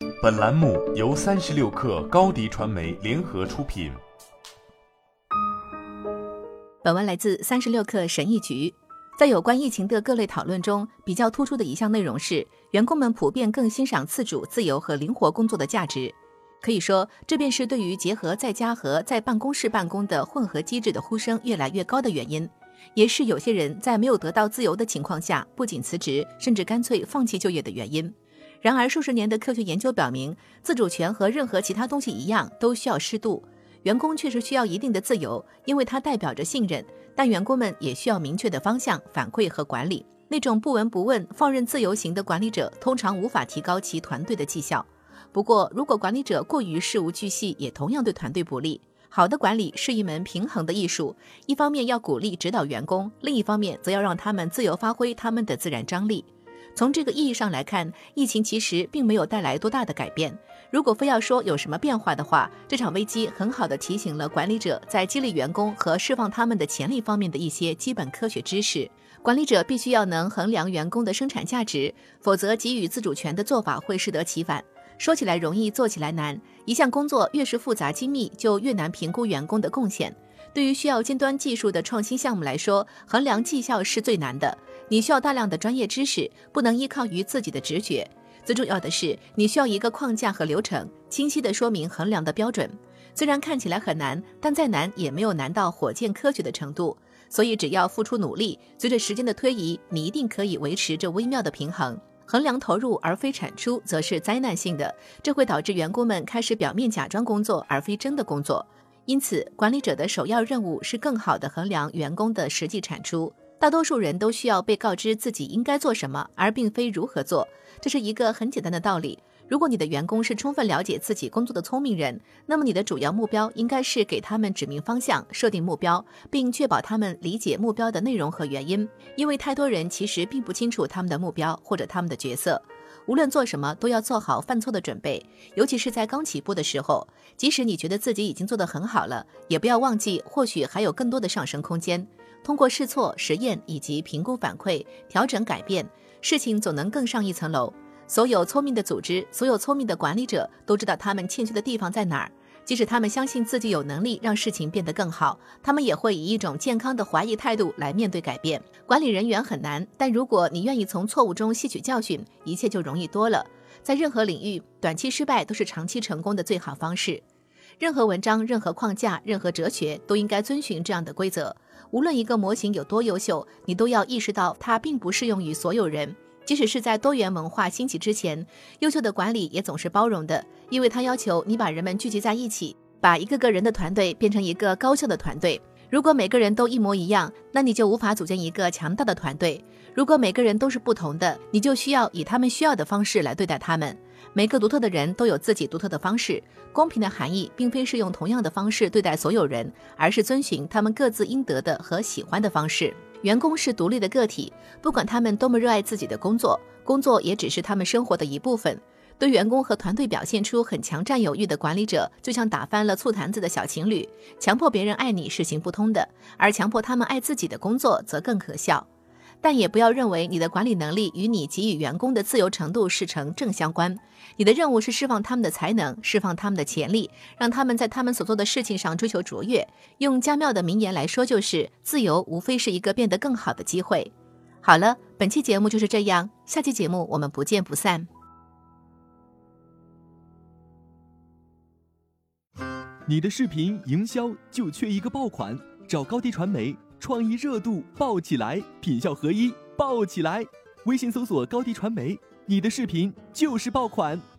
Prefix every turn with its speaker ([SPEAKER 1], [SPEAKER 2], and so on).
[SPEAKER 1] 本栏目由36氪高迪传媒联合出品。
[SPEAKER 2] 本文来自36氪神医局。在有关疫情的各类讨论中，比较突出的一项内容是，员工们普遍更欣赏自主、自由和灵活工作的价值。可以说，这便是对于结合在家和在办公室办公的混合机制的呼声越来越高的原因，也是有些人在没有得到自由的情况下，不仅辞职，甚至干脆放弃就业的原因。然而，数十年的科学研究表明，自主权和任何其他东西一样，都需要适度。员工确实需要一定的自由，因为它代表着信任，但员工们也需要明确的方向、反馈和管理。那种不闻不问、放任自由型的管理者，通常无法提高其团队的绩效。不过，如果管理者过于事无巨细，也同样对团队不利。好的管理是一门平衡的艺术，一方面要鼓励指导员工，另一方面则要让他们自由发挥他们的自然张力。从这个意义上来看，疫情其实并没有带来多大的改变。如果非要说有什么变化的话，这场危机很好地提醒了管理者在激励员工和释放他们的潜力方面的一些基本科学知识。管理者必须要能衡量员工的生产价值，否则给予自主权的做法会适得其反。说起来容易，做起来难。一项工作越是复杂精密，就越难评估员工的贡献。对于需要尖端技术的创新项目来说，衡量绩效是最难的。你需要大量的专业知识，不能依靠于自己的直觉。最重要的是，你需要一个框架和流程，清晰地说明衡量的标准。虽然看起来很难，但再难也没有难到火箭科学的程度。所以只要付出努力，随着时间的推移，你一定可以维持这微妙的平衡。衡量投入而非产出，则是灾难性的，这会导致员工们开始表面假装工作，而非真的工作。因此，管理者的首要任务是更好地衡量员工的实际产出。大多数人都需要被告知自己应该做什么，而并非如何做。这是一个很简单的道理。如果你的员工是充分了解自己工作的聪明人，那么你的主要目标应该是给他们指明方向，设定目标，并确保他们理解目标的内容和原因。因为太多人其实并不清楚他们的目标或者他们的角色。无论做什么，都要做好犯错的准备，尤其是在刚起步的时候。即使你觉得自己已经做得很好了，也不要忘记或许还有更多的上升空间。通过试错、实验以及评估反馈，调整改变，事情总能更上一层楼。所有聪明的组织，所有聪明的管理者都知道他们欠缺的地方在哪儿。即使他们相信自己有能力让事情变得更好，他们也会以一种健康的怀疑态度来面对改变。管理人员很难，但如果你愿意从错误中吸取教训，一切就容易多了。在任何领域，短期失败都是长期成功的最好方式。任何文章、任何框架、任何哲学都应该遵循这样的规则。无论一个模型有多优秀，你都要意识到它并不适用于所有人。即使是在多元文化兴起之前，优秀的管理也总是包容的，因为它要求你把人们聚集在一起，把一个个人的团队变成一个高效的团队。如果每个人都一模一样，那你就无法组建一个强大的团队。如果每个人都是不同的，你就需要以他们需要的方式来对待他们。每个独特的人都有自己独特的方式。公平的含义并非是用同样的方式对待所有人，而是遵循他们各自应得的和喜欢的方式。员工是独立的个体，不管他们多么热爱自己的工作，工作也只是他们生活的一部分。对员工和团队表现出很强占有欲的管理者，就像打翻了醋坛子的小情侣，强迫别人爱你是行不通的，而强迫他们爱自己的工作则更可笑。但也不要认为你的管理能力与你给予员工的自由程度是成正相关。你的任务是释放他们的才能，释放他们的潜力，让他们在他们所做的事情上追求卓越。用加妙的名言来说，就是自由无非是一个变得更好的机会。好了，本期节目就是这样，下期节目我们不见不散。
[SPEAKER 3] 你的视频营销就缺一个爆款，找高迪传媒，创意热度爆起来，品效合一爆起来。微信搜索高迪传媒，你的视频就是爆款。